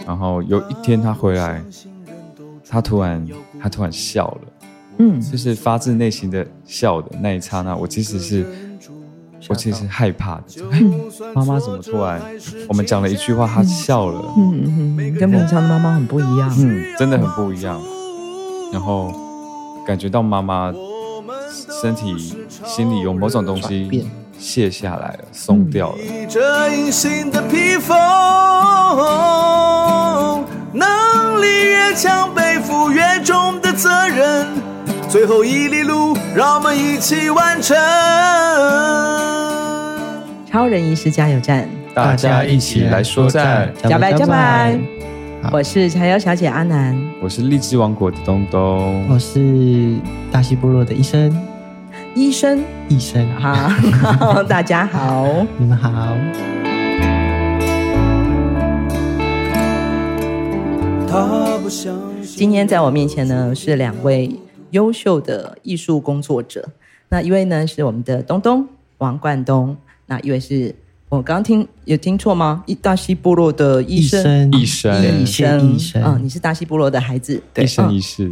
然后有一天他回来，他突然笑了，就是发自内心的笑的那一刹那，我其实是害怕的，妈妈怎么突然我们讲了一句话，她笑了， 跟平常的妈妈很不一样， 真的很不一样。然后感觉到妈妈身体心里有某种东西卸下来了，松掉了。 这隐形的披风，能力越强，背负越重的责任。最后一里路，让我们一起完成。 超人医师加油站， 大家一起来说赞， 加拜加拜。我是柴油小姐阿南， 我是荔枝王国的东东， 我是大溪部落的医生。 好，大家好， 你们好。 今天在我面前呢是2位优秀的艺术工作者，那一位呢是我们的东东王冠东，那一位是我刚刚有听错吗？大溪部落的医生， 医生， 你是大溪部落的孩子， 医生医师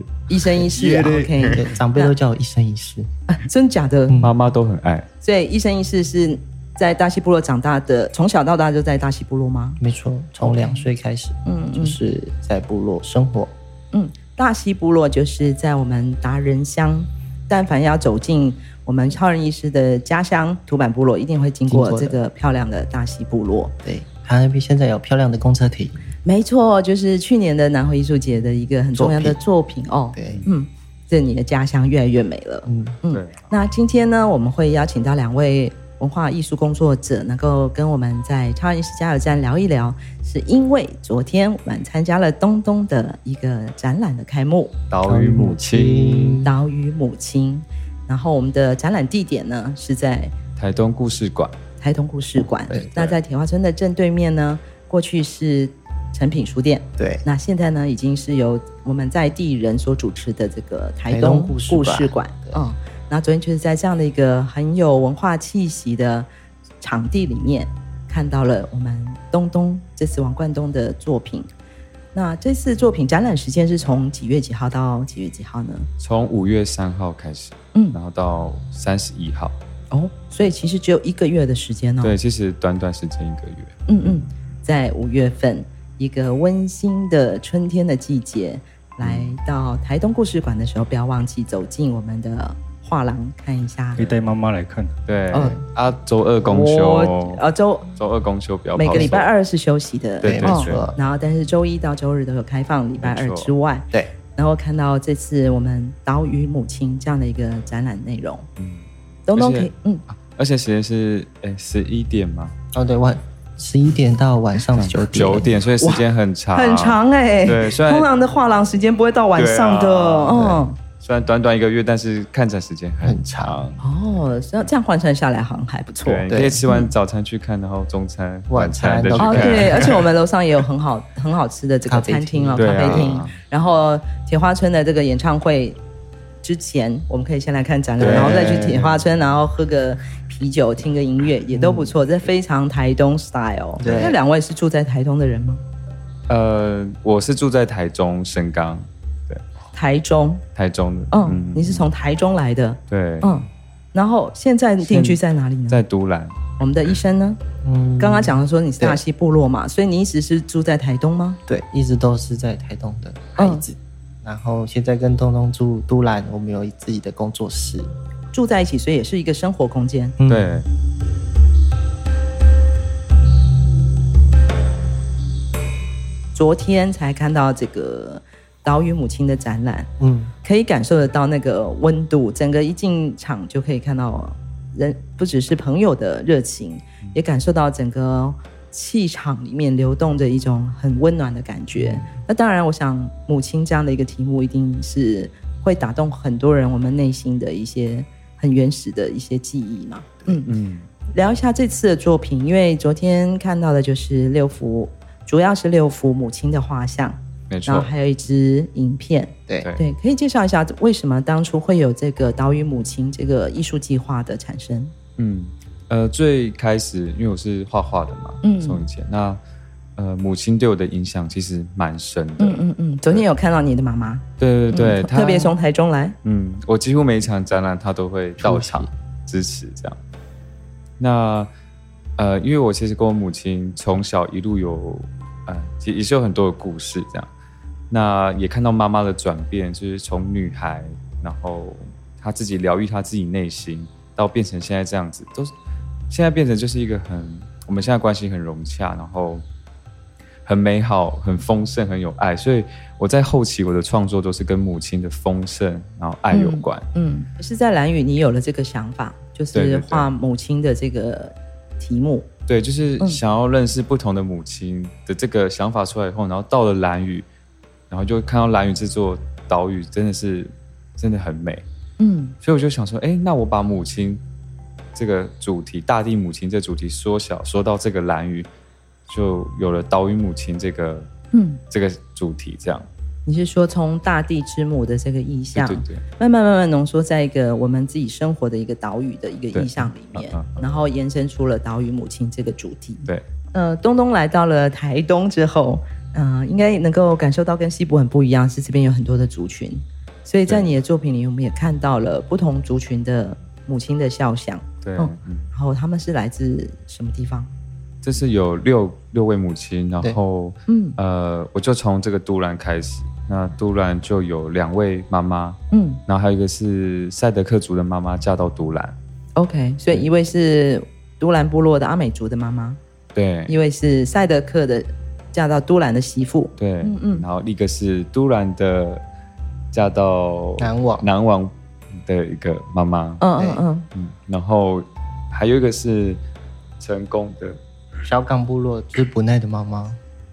，OK， 长辈都叫我医生医师， 真假的？ 妈妈都很爱。 所以医生医师是在大溪部落长大的，从小到大就在大溪部落吗？ 没错，从2岁开始，就是在部落生活。 大溪部落就是在我们达人乡，但凡要走进我们超人医师的家乡土坂部落，一定会经过这个漂亮的大溪部落。 对，他那边现在有漂亮的公车亭。 没错，就是去年的南回艺术节的一个很重要的作品哦。 对， 这你的家乡越来越美了。 对。 那今天呢，我们会邀请到2位文化艺术工作者，能够跟我们在超人医师加油站聊一聊，是因为昨天我们参加了东东的一个展览的开幕， 岛屿母亲。 然后我们的展览地点呢是在台东故事馆。 那在铁花村的正对面呢，过去是诚品书店。 对。 那现在呢，已经是由我们在地人所主持的这个台东故事馆。那昨天就是在这样的一个很有文化气息的场地里面，看到了我们东东这次王冠东的作品。那这次作品展览时间是从几月几号到几月几号呢？ 从5月3号开始，然后到31号。 所以其实只有1个月的时间哦。 对，其实短时间1个月。 在5月份，一个温馨的春天的季节，来到台东故事馆的时候，不要忘记走进我们的画廊看一下， 可以带妈妈来看。 对，周2公休，周2公休，不要每个礼拜2是休息的， 对，没错。 然后但是周1到周日都有开放，礼拜2之外， 对。 然后看到这次我们岛屿母亲这样的一个展览内容，东东可以， 而且时间是11点嘛？ 对，11点到晚上9点， 所以时间很长， 很长对，虽然通常的画廊时间不会到晚上的， 虽然短1个月，但是看展时间很长。 这样换算下来好像还不错。 对，你可以吃完早餐去看，然后中餐、晚餐都去看。 对，而且我们楼上也有很好吃的这个餐厅咖啡厅。然后铁花村的这个演唱会之前，我们可以先来看展览，然后再去铁花村，然后喝个啤酒、听个音乐，也都不错。这非常台东 style。 对， 那2位是住在台东的人吗？ 我是住在台中神冈。 台中的，你是从台中来的， 对， 然后现在定居在哪里呢？ 在都兰。 我们的医生呢？刚刚讲了说你是大溪部落嘛，所以你一直是住在台东吗？ 对，一直都是在台东的孩子，然后现在跟东东住都兰，我们有自己的工作室， 住在一起，所以也是一个生活空间。 对。 昨天才看到这个岛屿母亲的展览，可以感受得到那个温度，整个一进场就可以看到人不只是朋友的热情，也感受到整个气场里面流动着一种很温暖的感觉。那当然我想母亲这样的一个题目一定是会打动很多人我们内心的一些很原始的一些记忆嘛。聊一下这次的作品，因为昨天看到的就是6幅，主要是6幅母亲的画像， 没错， 然后还有一支影片。 对， 可以介绍一下为什么当初会有这个岛屿母亲这个艺术计划的产生？ 最开始因为我是画画的嘛，从以前那母亲对我的影响其实蛮深的。 昨天有看到你的妈妈， 对， 特别从台中来。 我几乎每一场展览她都会到场支持这样。那因为我其实跟我母亲从小一路有也是有很多的故事这样。那也看到妈妈的转变，就是从女孩，然后她自己疗愈她自己内心，到变成现在这样子，现在变成就是一个我们现在关系很融洽，然后很美好、很丰盛、很有爱，所以我在后期我的创作都是跟母亲的丰盛然后爱有关。 可是在兰屿你有了这个想法，就是画母亲的这个题目。对， 就是想要认识不同的母亲的这个想法出来以后，然后到了兰屿，然后就看到兰屿这座岛屿真的很美。所以我就想说，那我把母亲这个主题，大地母亲这主题缩小，说到这个兰屿，就有了岛屿母亲这个主题。这样， 你是说从大地之母的这个意象， 对， 慢慢浓缩在一个我们自己生活的一个岛屿的一个意象里面，然后延伸出了岛屿母亲这个主题。 对， 东东来到了台东之后，应该能够感受到跟西部很不一样，是这边有很多的族群，所以在你的作品里，我们也看到了不同族群的母亲的肖像。 对， 然后他们是来自什么地方？ 这是有六位母亲，然后我就从这个都兰开始。那都兰就有2位妈妈，然后还有一个是赛德克族的妈妈嫁到都兰。 OK， 所以一位是都兰部落的阿美族的妈妈， 对， 一位是赛德克的嫁到都兰的媳妇， 对，然后一个是都兰的嫁到南王的一个妈妈，然后还有一个是成功的小港部落，就是布奈的妈妈。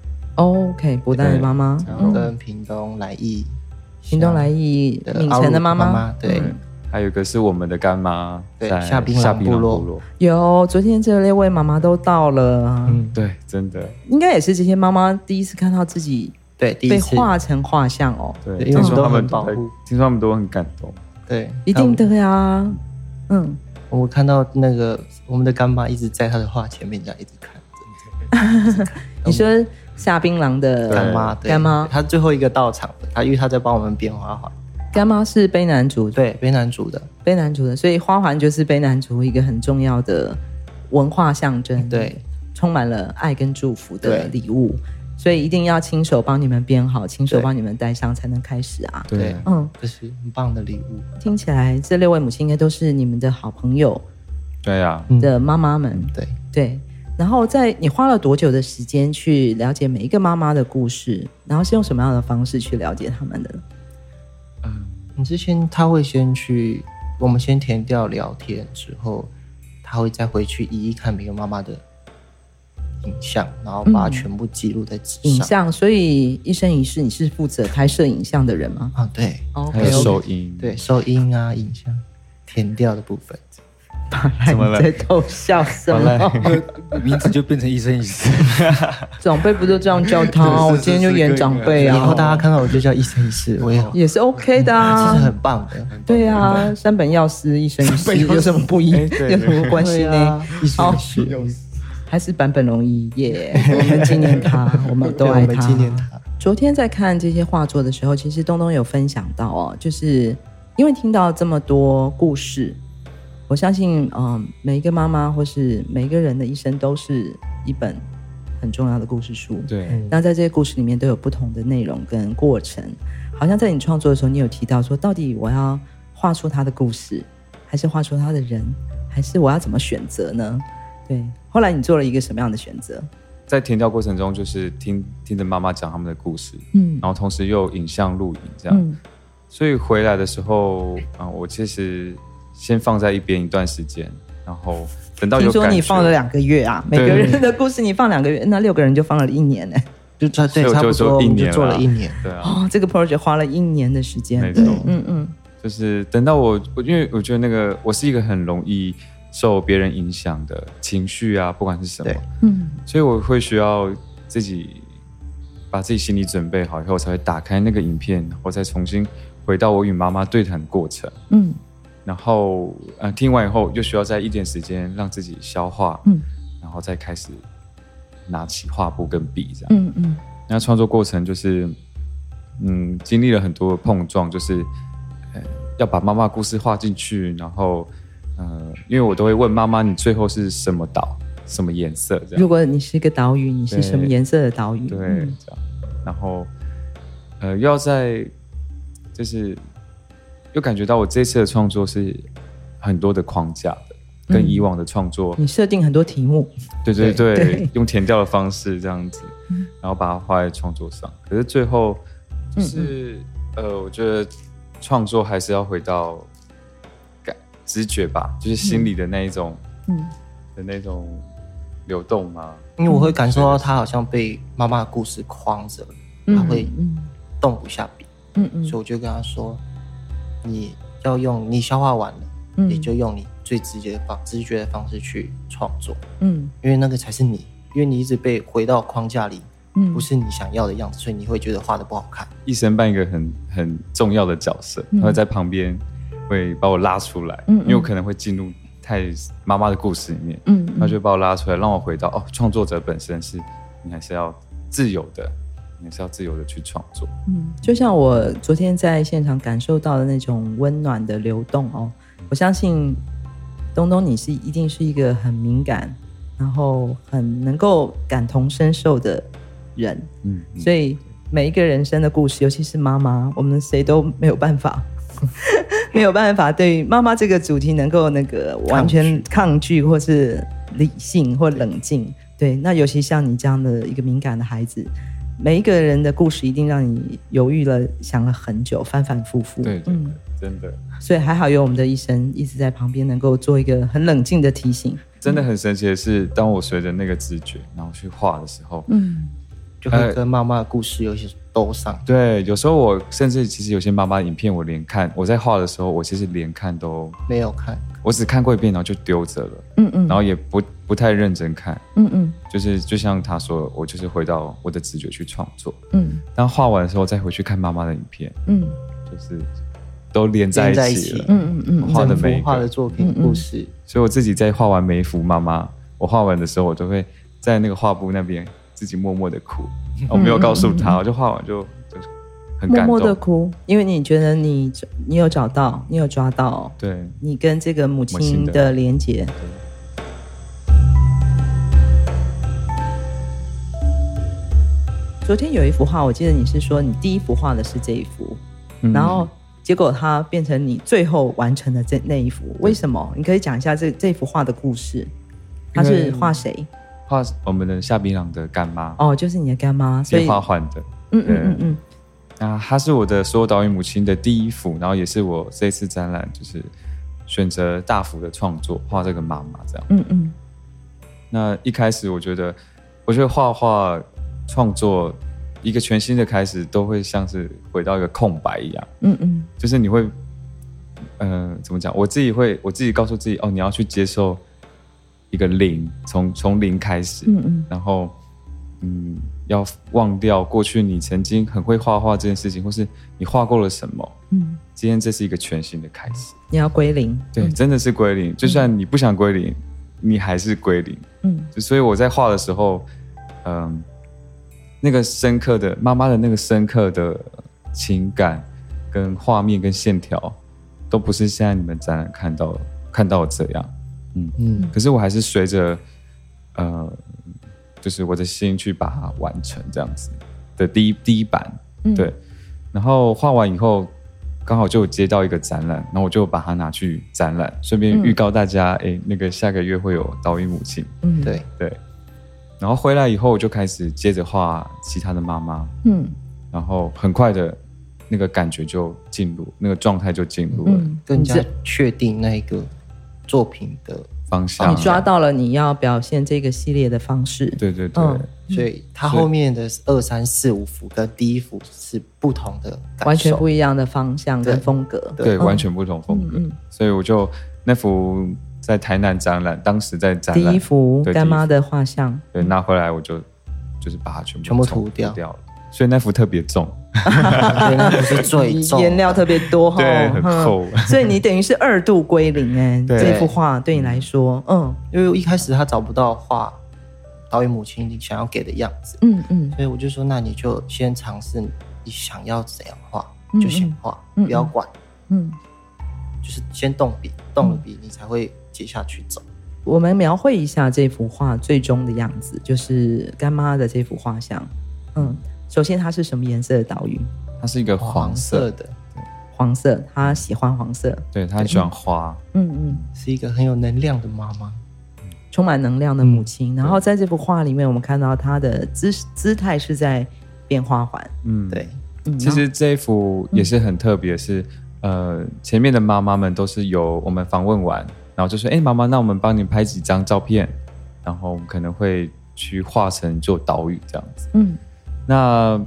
OK， 布奈的妈妈， 然后跟屏东来义闽城的妈妈， 对， 还有一个是我们的干妈，在下槟榔部落。 有，昨天这6位妈妈都到了， 对，真的， 应该也是这些妈妈第一次看到自己被画成画像哦。 对，听说他们都很感动。 对， 一定的呀。 我看到那个我们的干妈一直在她的画前面这样一直看。 你说下槟榔的干妈， 她最后一个到场的，因为她在帮我们编花环。 干妈是卑南族， 对，卑南族的， 所以花环就是卑南族一个很重要的文化象征， 对， 充满了爱跟祝福的礼物，所以一定要亲手帮你们编好，亲手帮你们戴上才能开始啊。 对， 这是很棒的礼物。 听起来这6位母亲应该都是你们的好朋友， 对呀， 的妈妈们，对。然后你花了多久的时间去了解每一个妈妈的故事？然后是用什么样的方式去了解他们的？ 你之前他会我们先填掉聊天之后，他会再回去一一看每个妈妈的影像，然后把它全部记录在纸上。 影像，所以一生一世你是负责拍摄影像的人吗？ 对， 还有收音， 对，收音啊，影像填掉的部分。 怎么了？在偷笑什么？ 名字就变成一生一世。 长辈不都这样叫他？我今天就演长辈啊。 以后大家看到我就叫一生一世，我也是 OK 的啊， 其实很棒的。 对啊，山本耀司一生一世有什么不一？有什么关系呢？ 好， 还是坂本龙一耶，我们纪念他，我们都爱他。昨天在看这些画作的时候，其实东东有分享到就是因为听到这么多故事。我相信，每一个妈妈或是每一个人的一生都是一本很重要的故事书。 对， 那在这些故事里面都有不同的内容跟过程。好像在你创作的时候，你有提到说，到底我要画出他的故事，还是画出他的人，还是我要怎么选择呢？对，后来你做了一个什么样的选择？ 在填调过程中，就是听着妈妈讲他们的故事，然后同时又有影像录影这样，所以回来的时候，我其实先放在一边一段时间，然后等到有感觉。 听说你放了2个月啊，每个人的故事你放2个月，那6个人就放了1年呢。 就差不多1年，做了1年。 对啊， 这个 project 花了1年的时间。 没错，就是等到因为我觉得我是一个很容易受别人影响的情绪啊，不管是什么，所以我会需要自己把自己心理准备好以后，才会打开那个影片，然后再重新回到我与妈妈对谈的过程。然后听完以后，又需要再一点时间让自己消化，然后再开始拿起画布跟笔这样。那创作过程就是经历了很多碰撞，就是要把妈妈的故事画进去，然后因为我都会问妈妈，你最后是什么岛，什么颜色这样。 如果你是一个岛屿，你是什么颜色的岛屿？ 对，这样。然后又要在就是又感觉到我这次的创作是很多的框架的，跟以往的创作你设定很多题目， 对，用填调的方式这样子，然后把它画在创作上。可是最后就是我觉得创作还是要回到直觉吧，就是心里的那一种的那种流动嘛。 因为我会感受到他好像被妈妈的故事框着，他会动不下笔，所以我就跟他说，你要用你消化完了，也就用你最直觉的方式去创作，因为那个才是你，因为你一直被回到框架里，不是你想要的样子，所以你会觉得画得不好看。 医生扮一个很重要的角色，他会在旁边会把我拉出来，因为我可能会进入太妈妈的故事里面，他就把我拉出来，让我回到创作者本身是你还是要自由的，你还是要自由的去创作。 就像我昨天在现场感受到的那种温暖的流动我相信东东你一定是一个很敏感，然后很能够感同身受的人，所以每一个人生的故事，尤其是妈妈，我们谁都没有办法没有办法对于妈妈这个主题能够完全抗拒或是理性或冷静。对，那尤其像你这样的一个敏感的孩子，每一个人的故事一定让你犹豫了想了很久，反反复复。 对，真的。 所以还好有我们的医生一直在旁边能够做一个很冷静的提醒。 真的很神奇的是，当我随着那个直觉然后去画的时候， 就会跟妈妈的故事有些兜上。 对，有时候我甚至其实有些妈妈的影片我连看，我在画的时候我其实连看都没有看， 我只看过一遍然后就丢着了，然后也不太认真看，就是就像他说，我就是回到我的直觉去创作，当画完的时候再回去看妈妈的影片，就是都连在一起了，画的每一个画的作品故事， 所以我自己在画完每一幅妈妈，我画完的时候我都会在那个画布那边自己默默的哭，我没有告诉他，我就画完就很感动， 默默的哭，因为你觉得你有找到，你有抓到， 对， 你跟这个母亲的连结。昨天有一幅画，我记得你是说你第一幅画的是这一幅，然后结果它变成你最后完成的那一幅，为什么？你可以讲一下这幅画的故事。它是画谁？ 画我们的夏槟榔的干妈。 就是你的干妈，所以画换的。那它是我的所有岛屿母亲的第一幅，然后也是我这次展览就是选择大幅的创作，画这个妈妈这样。那一开始我觉得画画创作一个全新的开始，都会像是回到一个空白一样。就是你会怎么讲？我自己告诉自己，你要去接受一个零，从零开始，然后要忘掉过去你曾经很会画画这件事情，或是你画过了什么。今天这是一个全新的开始， 你要归零。 对，真的是归零。就算你不想归零，你还是归零。所以我在画的时候，那个深刻的妈妈的那个深刻的情感跟画面跟线条，都不是现在你们展览看到的这样。可是我还是随着就是我的心去把它完成这样子的第一版。对，然后画完以后刚好就接到一个展览，然后我就把它拿去展览，顺便预告大家那个下个月会有岛屿母亲。 对， 然后回来以后我就开始接着画其他的妈妈。然后很快的那个感觉就进入，那个状态就进入了， 更加确定那个作品的方向。 你抓到了你要表现这个系列的方式。 对， 所以它后面的2、3、4、5幅跟第一幅是不同的感受， 完全不一样的方向跟风格。 对，完全不同风格。所以我就那幅在台南展览，当时在展览第一幅干妈的画像， 对，拿回来我就是把它全部涂掉了，所以那幅特别重。 对，那幅是最重， 颜料特别多， 对，很厚。 所以你等于是2度归零。这幅画对你来说， 因为一开始他找不到画岛屿母亲你想要给的样子。所以我就说，那你就先尝试你想要怎样画，就先画，不要管。就是先动笔，动了笔你才会接下去走。 我们描绘一下这幅画最终的样子，就是干妈的这幅画像。首先它是什么颜色的岛屿？ 它是一个黄色的， 黄色，她喜欢黄色， 对，她很喜欢花。 是一个很有能量的妈妈， 充满能量的母亲。然后在这幅画里面，我们看到她的姿态是在变花环。 对。 其实这一幅也是很特别，是前面的妈妈们都是由我们访问完，然后就说：“妈妈，那我们帮你拍几张照片，然后我们可能会去画成做岛屿这样子。”那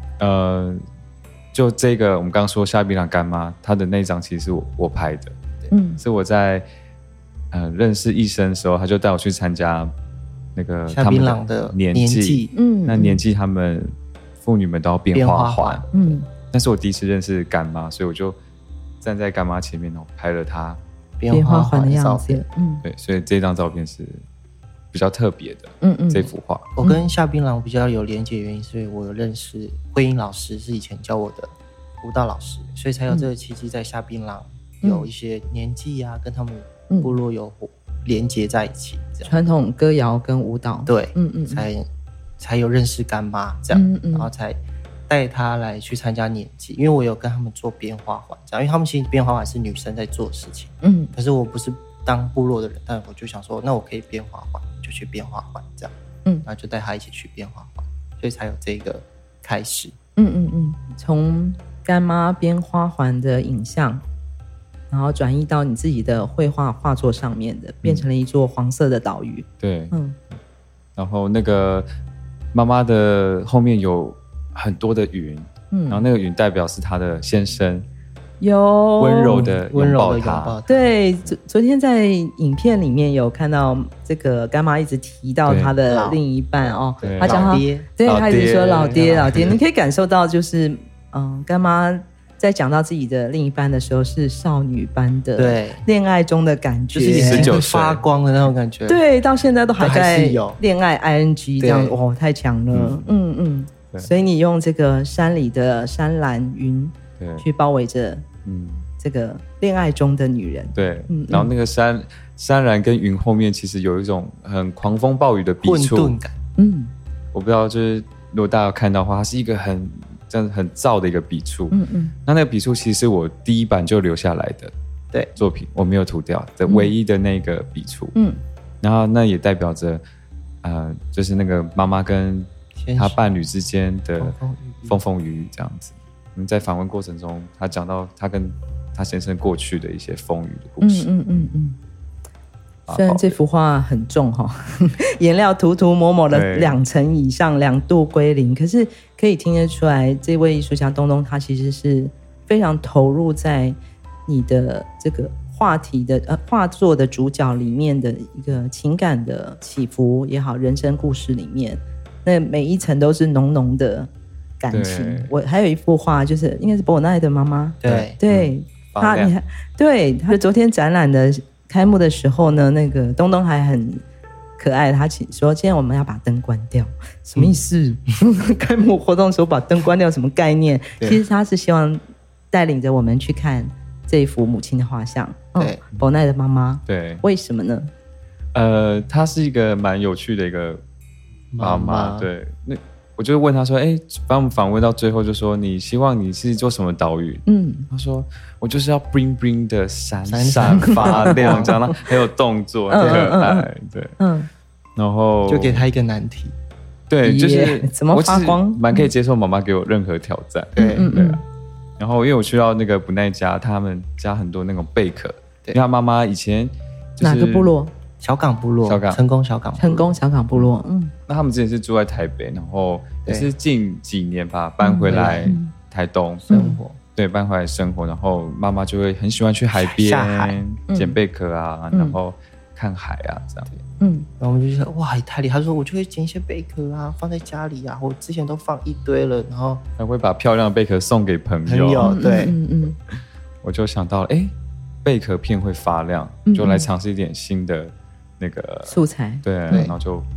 就这个我们刚刚说夏槟榔干妈，她的那张其实是我拍的，是我在认识医生的时候，他就带我去参加那个夏槟榔的年纪， 那年纪他们妇女们都要变花环，那是我第一次认识干妈，所以我就站在干妈前面，然后拍了她变花环的样子。 对，所以这张照片是比较特别的。这幅画我跟夏槟榔比较有连结的原因，所以我有认识慧英老师，是以前教我的舞蹈老师，所以才有这个契机在夏槟榔有一些年纪啊，跟他们部落有连结在一起， 传统歌谣跟舞蹈， 对，才有认识干妈这样，然后才带她来去参加年纪，因为我有跟他们做编花环这样，因为他们其实编花环是女生在做的事情，可是我不是当部落的人，但我就想说，那我可以编花环，就去编花环这样，然后就带她一起去编花环，所以才有这个开始。 从干妈编花环的影像，然后转移到你自己的绘画画作上面的，变成了一座黄色的岛屿。 对，然后那个妈妈的后面有很多的云，然后那个云代表是她的先生， 有温柔的拥抱她。 对，昨天在影片里面有看到这个干妈一直提到她的另一半哦，她讲老爹， 对，她一直说老爹，你可以感受到就是干妈在讲到自己的另一半的时候，是少女般的对恋爱中的感觉， 就是眼睛发光的那种感觉。 对，到现在都还在恋爱 ing 这样，哇，太强了。所以你用这个山里的山岚云去包围着这个恋爱中的女人。 对，然后那个山岚跟云后面其实有一种很狂风暴雨的笔触混沌感。 我不知道，就是如果大家有看到的话，它是一个很燥的一个笔触。那个笔触其实是我第一版就留下来的作品，我没有涂掉的唯一的那个笔触。然后那也代表着就是那个妈妈跟她伴侣之间的风风雨雨这样子。在访问过程中，她讲到她跟她先生过去的一些风雨的故事。 虽然这幅画很重颜料涂抹了2层以上，2度归零，可是可以听得出来，这位艺术家东东他其实是非常投入在你的这个话题的画作的主角里面的一个情感的起伏也好，人生故事里面，那每一层都是浓浓的感情。我还有一幅画，就是应该是伯奈的妈妈，对，他昨天展览的开幕的时候呢，那个东东还很可爱，他说今天我们要把灯关掉，什么意思？开幕活动的时候把灯关掉什么概念？其实他是希望带领着我们去看这一幅母亲的画像，伯奈的妈妈。 对， 为什么呢？ 她是一个蛮有趣的一个妈妈。对，那我就问她说，把我们访问到最后就说，你希望你是做什么岛屿？她说我就是要 bling bling 的闪闪发亮，这样很有动作，很可爱。对，然后就给她一个难题。 对，就是怎么发光， 蛮可以接受妈妈给我任何挑战。对。然后因为我去到那个不奈家，他们家很多那种贝壳，因为他妈妈以前哪个部落？ 小港部落，成功小港部落。 那他们之前是住在台北，然后也是近几年吧搬回来台东生活。对，搬回来生活，然后妈妈就会很喜欢去海边捡贝壳啊，然后看海啊这样。 然后我们就说哇，太厉害！他说我就会捡一些贝壳啊，放在家里啊，我之前都放一堆了，然后还会把漂亮的贝壳送给朋友。 对， 我就想到了，贝壳片会发亮，就来尝试一点新的那个素材。 对，然后就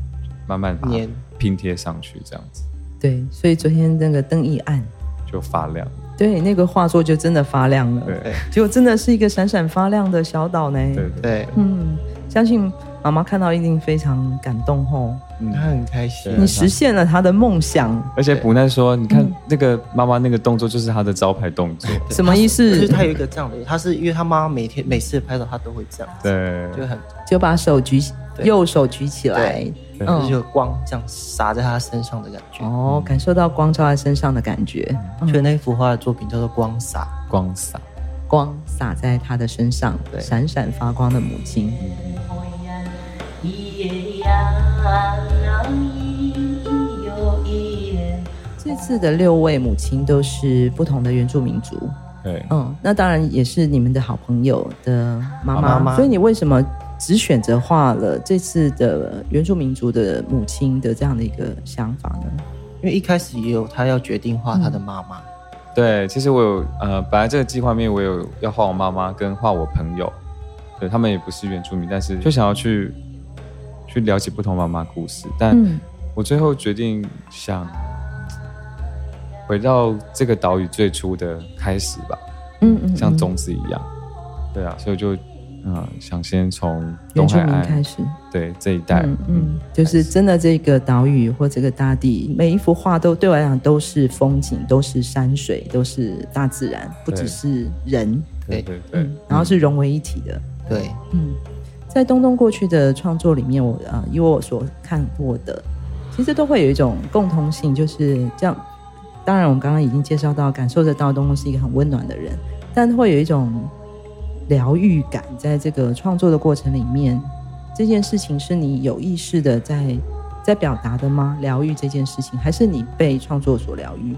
慢慢把它拼贴上去这样子。 对，所以昨天那个灯一暗就发亮。 对，那个画作就真的发亮了。 对， 结果真的是一个闪闪发亮的小岛呢。 对， 相信妈妈看到一定非常感动吼。 她很开心， 你实现了她的梦想。 而且补奈说，你看那个妈妈那个动作就是她的招牌动作。 什么意思？ 就是她有一个这样的，她是因为她妈妈每次拍照她都会这样， 对， 就把手右手举起来， 就是有光这样洒在她身上的感觉。 哦，感受到光照在身上的感觉。 所以那幅画的作品叫做光洒， 光洒在她的身上，闪闪发光的母亲。这次的6位母亲都是不同的原住民族。 对， 那当然也是你们的好朋友的妈妈。所以你为什么只选择画了这次的原住民族的母亲的这样的一个想法呢？ 因为一开始也有他要决定画他的妈妈。 对，其实我有本来这个计划面我有要画我妈妈跟画我朋友，对，他们也不是原住民，但是就想要去了解不同妈妈故事。但我最后决定想回到这个岛屿最初的开始吧，像种子一样。对啊，所以就想先从东海岸开始， 对这一带， 就是真的这个岛屿或这个大地，每一幅画都对我来讲都是风景，都是山水，都是大自然，不只是人， 对， 然后是融为一体的， 对， 在东东过去的创作里面，以我所看过的，其实都会有一种共同性，就是这样。当然，我们刚刚已经介绍到，感受得到东东是一个很温暖的人，但会有一种疗愈感，在这个创作的过程里面，这件事情是你有意识的在表达的吗？疗愈这件事情，还是你被创作所疗愈？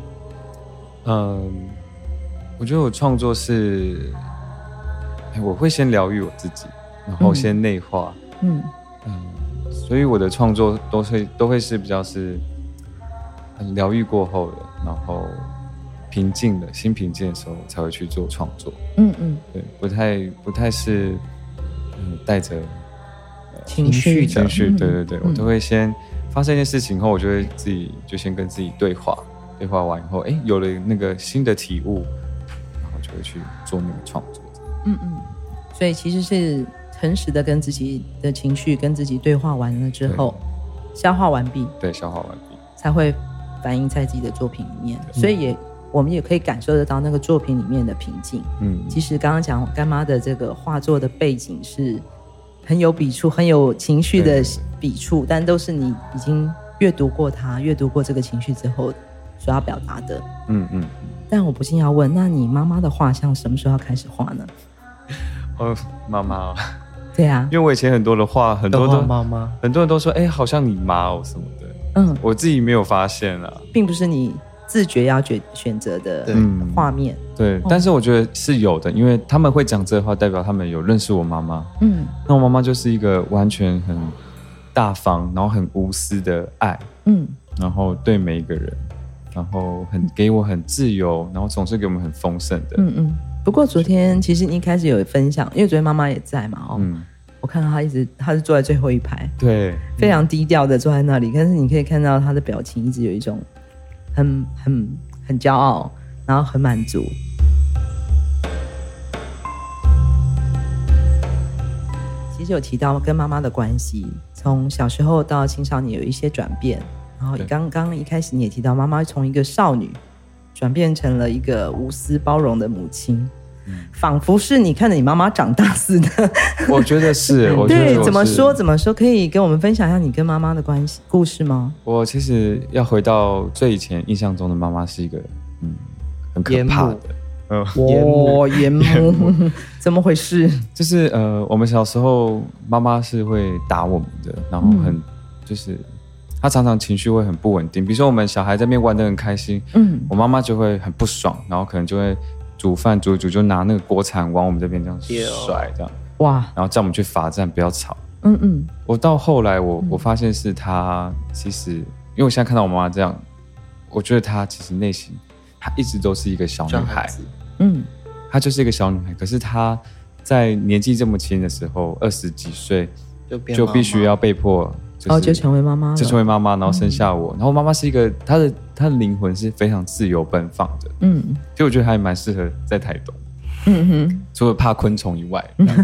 我觉得我创作是，我会先疗愈我自己，然后先内化，所以我的创作都会是比较是很疗愈过后的，然后心平静的时候才会去做创作。对，不太是带着情绪， 对，我都会先发生一件事情后，我就会自己就先跟自己对话完以后，有了那个新的体悟，然后就会去做那个创作。 所以其实是诚实的跟自己的情绪跟自己对话完了之后，消化完毕，才会反映在自己的作品里面。所以我们也可以感受得到那个作品里面的平静。其实刚刚讲干妈的这个画作的背景是很有笔触、很有情绪的笔触，但都是你已经阅读过它、阅读过这个情绪之后所要表达的。但我不禁要问，那你妈妈的画像什么时候要开始画呢？ 妈妈， 对啊， 因为我以前很多的画，很多都妈妈， 很多人都说，好像你妈什么的。我自己没有发现啊， 并不是你自觉要选择的画面。 对，但是我觉得是有的，因为他们会讲这话，代表他们有认识我妈妈。那我妈妈就是一个完全很大方，然后很无私的爱。然后对每一个人，然后给我很自由，然后总是给我们很丰盛的。 不过昨天其实你一开始有分享，因为昨天妈妈也在嘛，我看到她是坐在最后一排， 对， 非常低调的坐在那里，但是你可以看到她的表情一直有一种很骄傲，然后很满足。其实有提到跟妈妈的关系，从小时候到青少年有一些转变，然后刚刚一开始你也提到妈妈从一个少女转变成了一个无私包容的母亲，仿佛是你看着你妈妈长大似的。 我觉得是， 对，怎么说？可以跟我们分享一下你跟妈妈的故事吗？ 我其实要回到最以前印象中的妈妈是一个很可怕的。 严母怎么回事？ 就是我们小时候妈妈是会打我们的，然后就是她常常情绪会很不稳定。比如说我们小孩在那边玩得很开心，我妈妈就会很不爽，然后可能就会煮饭煮一煮，就拿那个锅铲往我们这边这样甩，这样哇， 然后叫我们去罚站，不要吵。我到后来我发现是她其实，因为我现在看到我妈妈这样，我觉得她其实内心她一直都是一个小女孩。她就是一个小女孩，可是她在年纪这么轻的时候，20几岁， 就必须要被迫就成为妈妈了， 就成为妈妈，然后生下我。然后妈妈是一个她的灵魂是非常自由奔放的，所以我觉得还蛮适合在台东，除了怕昆虫以外，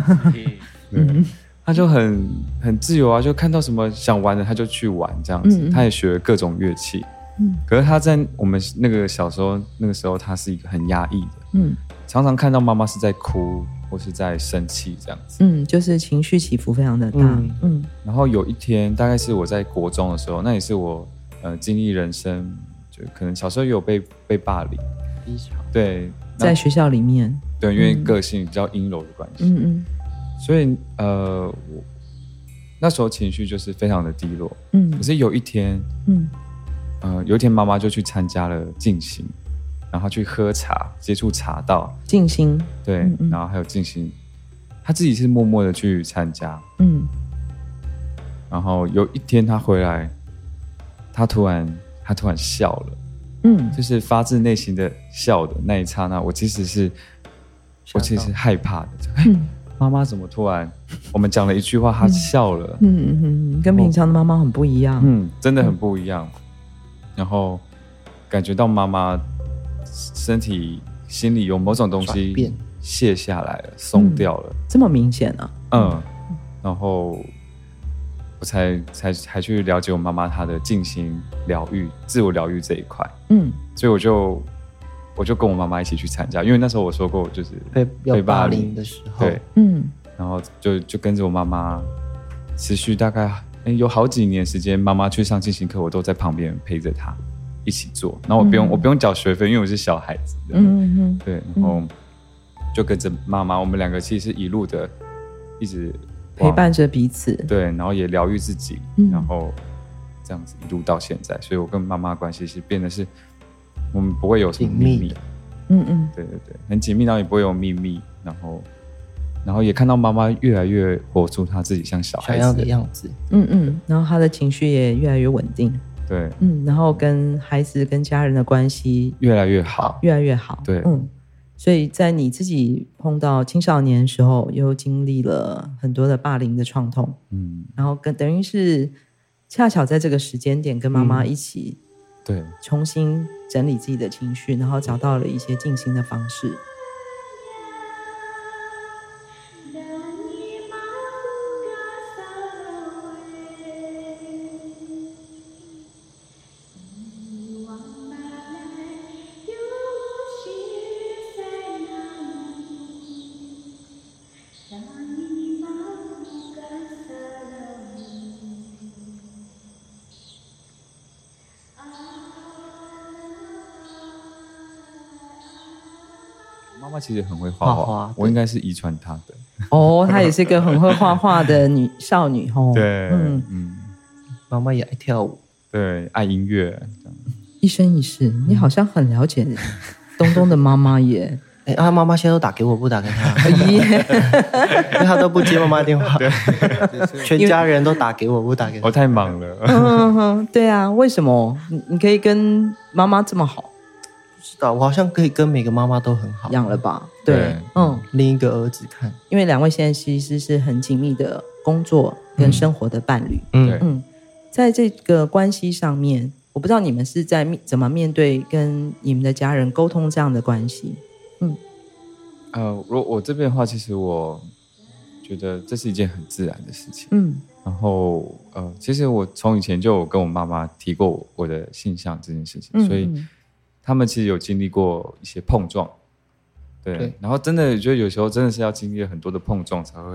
她就很自由啊，就看到什么想玩的她就去玩这样子。她也学了各种乐器，可是她在我们那个时候她是一个很压抑的，常常看到妈妈是在哭或是在生气这样子， 就是情绪起伏非常的大， 然后有一天大概是我在国中的时候，那也是我经历人生，就可能小时候也有被霸凌，对， 在学校里面， 对，因为个性比较阴柔的关系，所以我那时候情绪就是非常的低落，可是有一天，妈妈就去参加了静心。然后去喝茶，接触茶道， 静心， 对，然后还有静心，他自己是默默的去参加，然后有一天他回来，他突然笑了，就是发自内心的笑的那一刹那，我其实是害怕的，妈妈怎么突然，我们讲了一句话，她笑了， 跟平常的妈妈很不一样， 真的很不一样，然后感觉到妈妈身体、心里有某种东西卸下来了，松掉了， 这么明显啊？ 然后我才去了解我妈妈她的静心疗愈、自我疗愈这一块，所以我就跟我妈妈一起去参加，因为那时候我说过，就是被霸凌的时候， 对，然后就跟着我妈妈，持续大概有好几年时间，妈妈去上静心课，我都在旁边陪着她。一起做，然后我不用缴学费，因为我是小孩子，对，然后就跟着妈妈，我们两个其实是一路的一直陪伴着彼此， 对，然后也疗愈自己，然后这样子一路到现在，所以我跟妈妈的关系是变得是我们不会有什么秘密，对，很紧密，然后也不会有秘密，然后也看到妈妈越来越活出她自己像小孩子的样子， 然后她的情绪也越来越稳定。 对， 然后跟孩子、跟家人的关系越来越好， 对，所以在你自己碰到青少年的时候，又经历了很多的霸凌的创痛，然后等于是恰巧在这个时间点跟妈妈一起， 对， 重新整理自己的情绪，然后找到了一些静心的方式。 妈妈其实很会画画，我应该是遗传她的。 她也是一个很会画画的少女哦。 对， 妈妈也爱跳舞， 对，爱音乐， 一生一世，你好像很了解东东的妈妈耶。 他妈妈现在都打给我，不打给他，因为他都不接妈妈电话，全家人都打给我，不打给他。 我太忙了。 对啊，为什么你可以跟妈妈这么好？ 不知道，我好像可以跟每个妈妈都很好， 养了吧？对， 另一个儿子看， 因为两位现在其实是很紧密的工作跟生活的伴侣。在这个关系上面，我不知道你们是在怎么面对跟你们的家人沟通这样的关系。 我这边的话，其实我觉得这是一件很自然的事情。然后其实我从以前就有跟我妈妈提过我的性向这件事情，所以他们其实有经历过一些碰撞，对。然后真的觉得有时候真的是要经历很多的碰撞才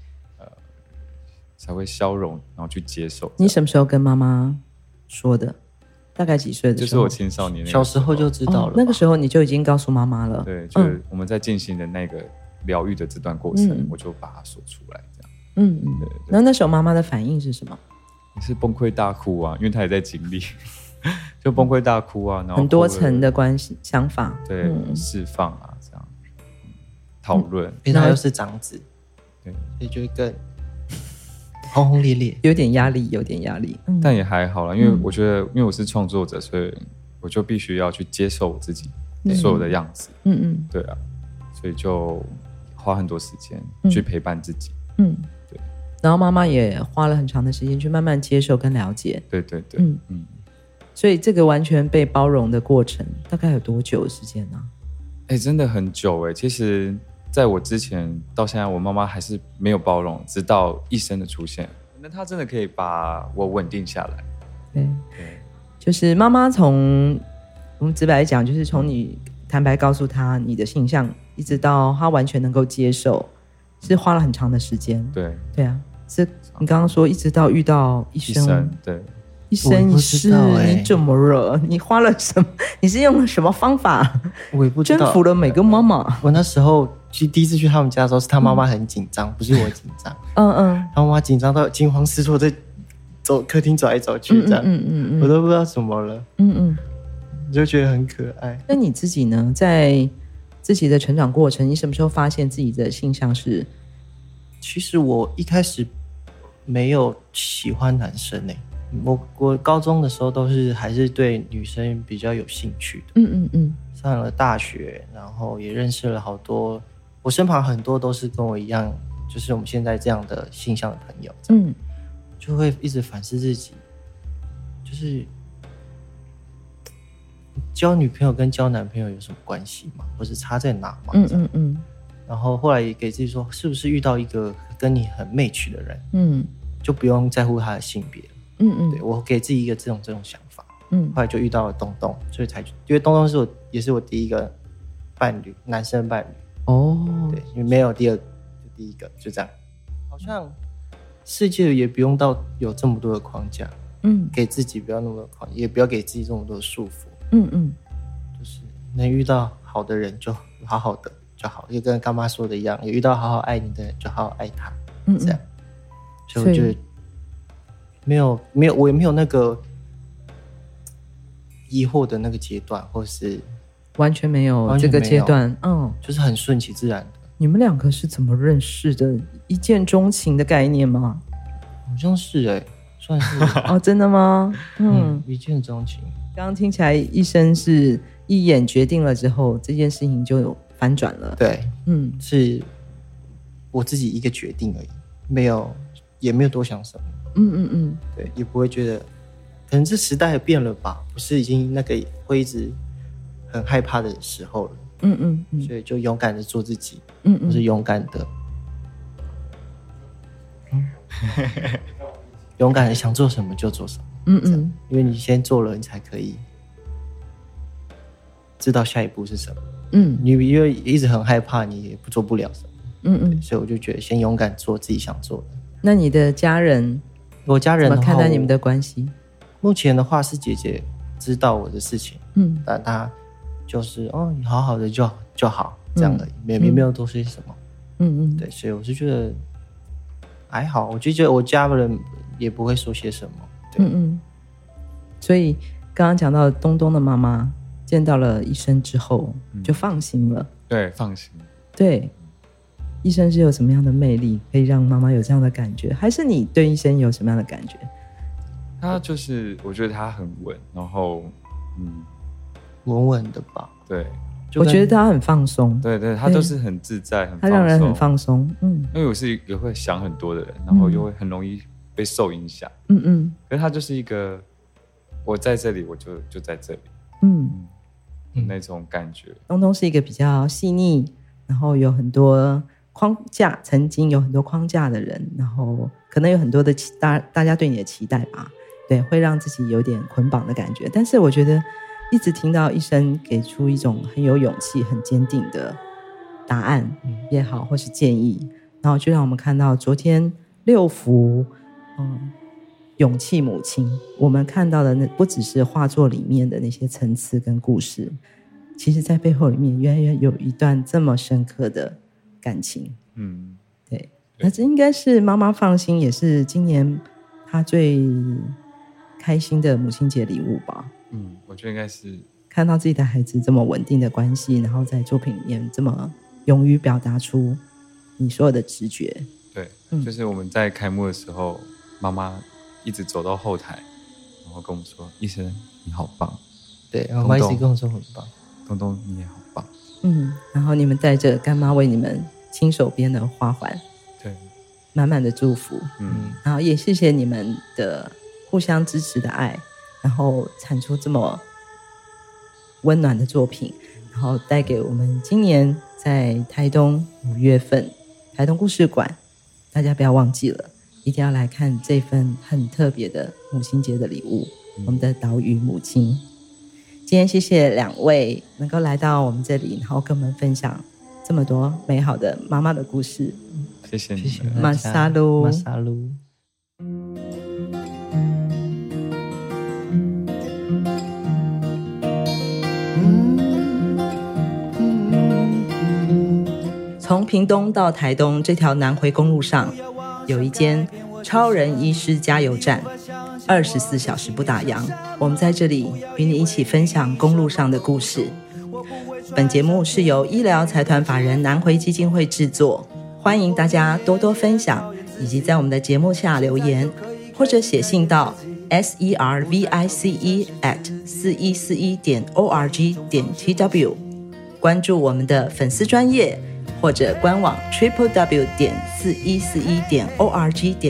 会消融，然后去接受。 你什么时候跟妈妈说的？大概几岁的时候？ 就是我青少年小时候就知道了。 那个时候你就已经告诉妈妈了。 对，就是我们在进行的那个疗愈的这段过程，我就把它说出来，这样。 对。那时候妈妈的反应是什么？ 是崩溃大哭啊，因为她也在经历，就崩溃大哭啊，然后很多层的关系想法， 对，释放啊，这样讨论。 因为他又是长子，对，所以就会更轰轰烈烈， 有点压力。 但也还好啦，因为我觉得，因为我是创作者，所以我就必须要去接受我自己所有的样子。对啊，所以就花很多时间去陪伴自己。对。 然后妈妈也花了很长的时间去慢慢接受跟了解。 对对对， 所以这个完全被包容的过程大概有多久的时间呢？ 真的很久其实在我之前到现在，我妈妈还是没有包容，直到医生的出现，那她真的可以把我稳定下来。 对，就是妈妈从我们直白讲，就是从你坦白告诉她你的性向，一直到她完全能够接受，是花了很长的时间。对啊，是你刚刚说一直到遇到医生， 对。 医生是你怎么了？你花了什么？你是用了什么方法？ 我也不知道， 征服了每个妈妈。 我那时候第一次去他们家的时候，是他妈妈很紧张，不是我紧张。他妈妈紧张到惊慌失措，在走客厅走来走去，这样，我都不知道什么了。就觉得很可爱。 那你自己呢？在自己的成长过程，你什么时候发现自己的性向是？ 其实我一开始没有喜欢男生我高中的时候还是对女生比较有兴趣的。上了大学，然后也认识了好多，我身旁很多都是跟我一样，就是我们现在这样的性向的朋友。就会一直反思自己，就是交女朋友跟交男朋友有什么关系吗？或是差在哪吗？然后后来也给自己说，是不是遇到一个跟你很 match 的人，就不用在乎他的性别了。对，我给自己一个这种想法。后来就遇到了东东，所以因为东东也是我第一个伴侣，男生伴侣。对，因为没有第二个，就第一个，就这样。好像世界也不用到有这么多的框架，给自己不要那么多框架，也不要给自己这么多的束缚。就是能遇到好的人就好好的就好，就跟干妈说的一样，也遇到好好爱你的人就好好爱他。这样，所以我觉得没有，我也没有那个疑惑的那个阶段，或是完全没有这个阶段。 就是很顺其自然的。 你们两个是怎么认识的？一见钟情的概念吗？ 好像是算是。 真的吗？ 一见钟情。 刚刚听起来医生是一眼决定了之后，这件事情就有反转了。 对，是我自己一个决定而已，也没有多想什么。对，也不会觉得，可能这时代也变了吧，不是已经那个会一直很害怕的时候了。所以就勇敢的做自己。或是勇敢的，勇敢的想做什么就做什么。因为你先做了，你才可以知道下一步是什么。你因为一直很害怕，你也做不了什么。所以我就觉得先勇敢做自己想做的。 那你的家人？ 我家人怎么看待你们的关系？ 目前的话是姐姐知道我的事情，但她就是你好好的就好，这样而已，也没有多说什么。对，所以我是觉得还好，我就觉得我家人也不会说些什么。 所以刚刚讲到东东的妈妈见到了医生之后，就放心了。 对，放心。 对。医生是有什么样的魅力可以让妈妈有这样的感觉？还是你对医生有什么样的感觉？ 他就是我觉得他很稳，然后稳稳的吧。 对， 我觉得他很放松。 对，他都是很自在，很放松， 他让人很放松。 因为我是一个会想很多的人，然后又会很容易被受影响。可是他就是一个，我在这里，我就在这里。那种感觉。 东东是一个比较细腻，然后有很多框架，曾经有很多框架的人，然后可能有很多的大家对你的期待吧，对，会让自己有点捆绑的感觉。但是我觉得一直听到医生给出一种很有勇气、很坚定的答案也好，或是建议，然后就让我们看到昨天6幅勇气母亲，我们看到的不只是画作里面的那些层次跟故事，其实在背后里面原来有一段这么深刻的感情。对，那这应该是妈妈放心，也是今年她最开心的母亲节礼物吧。 我觉得应该是看到自己的孩子这么稳定的关系，然后在作品里面这么勇于表达出你所有的直觉。 对，就是我们在开幕的时候，妈妈一直走到后台，然后跟我们说：“医生你好棒。” 对，妈妈一直跟我说很棒。 东东你也好棒。 然后你们带着干妈为你们亲手编的花环。 对， 满满的祝福。然后也谢谢你们的互相支持的爱，然后产出这么温暖的作品，然后带给我们今年在台东5月份台东故事馆，大家不要忘记了，一定要来看这份很特别的母亲节的礼物，我们的岛屿母亲。今天谢谢2位能够来到我们这里，然后跟我们分享这么多美好的妈妈的故事。 谢谢你们， 马萨鲁， 马萨鲁。 从屏东到台东这条南回公路上，有一间超人医师加油站，24小时不打烊。我们在这里与你一起分享公路上的故事。本节目是由医疗财团法人南回基金会制作，欢迎大家多多分享，以及在我们的节目下留言，或者写信到 service@4141.org.tw， 关注我们的粉丝专页或者官网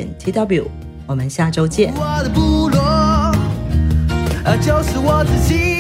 www.4141.org.tw。 我们下周见。 我的部落就是我自己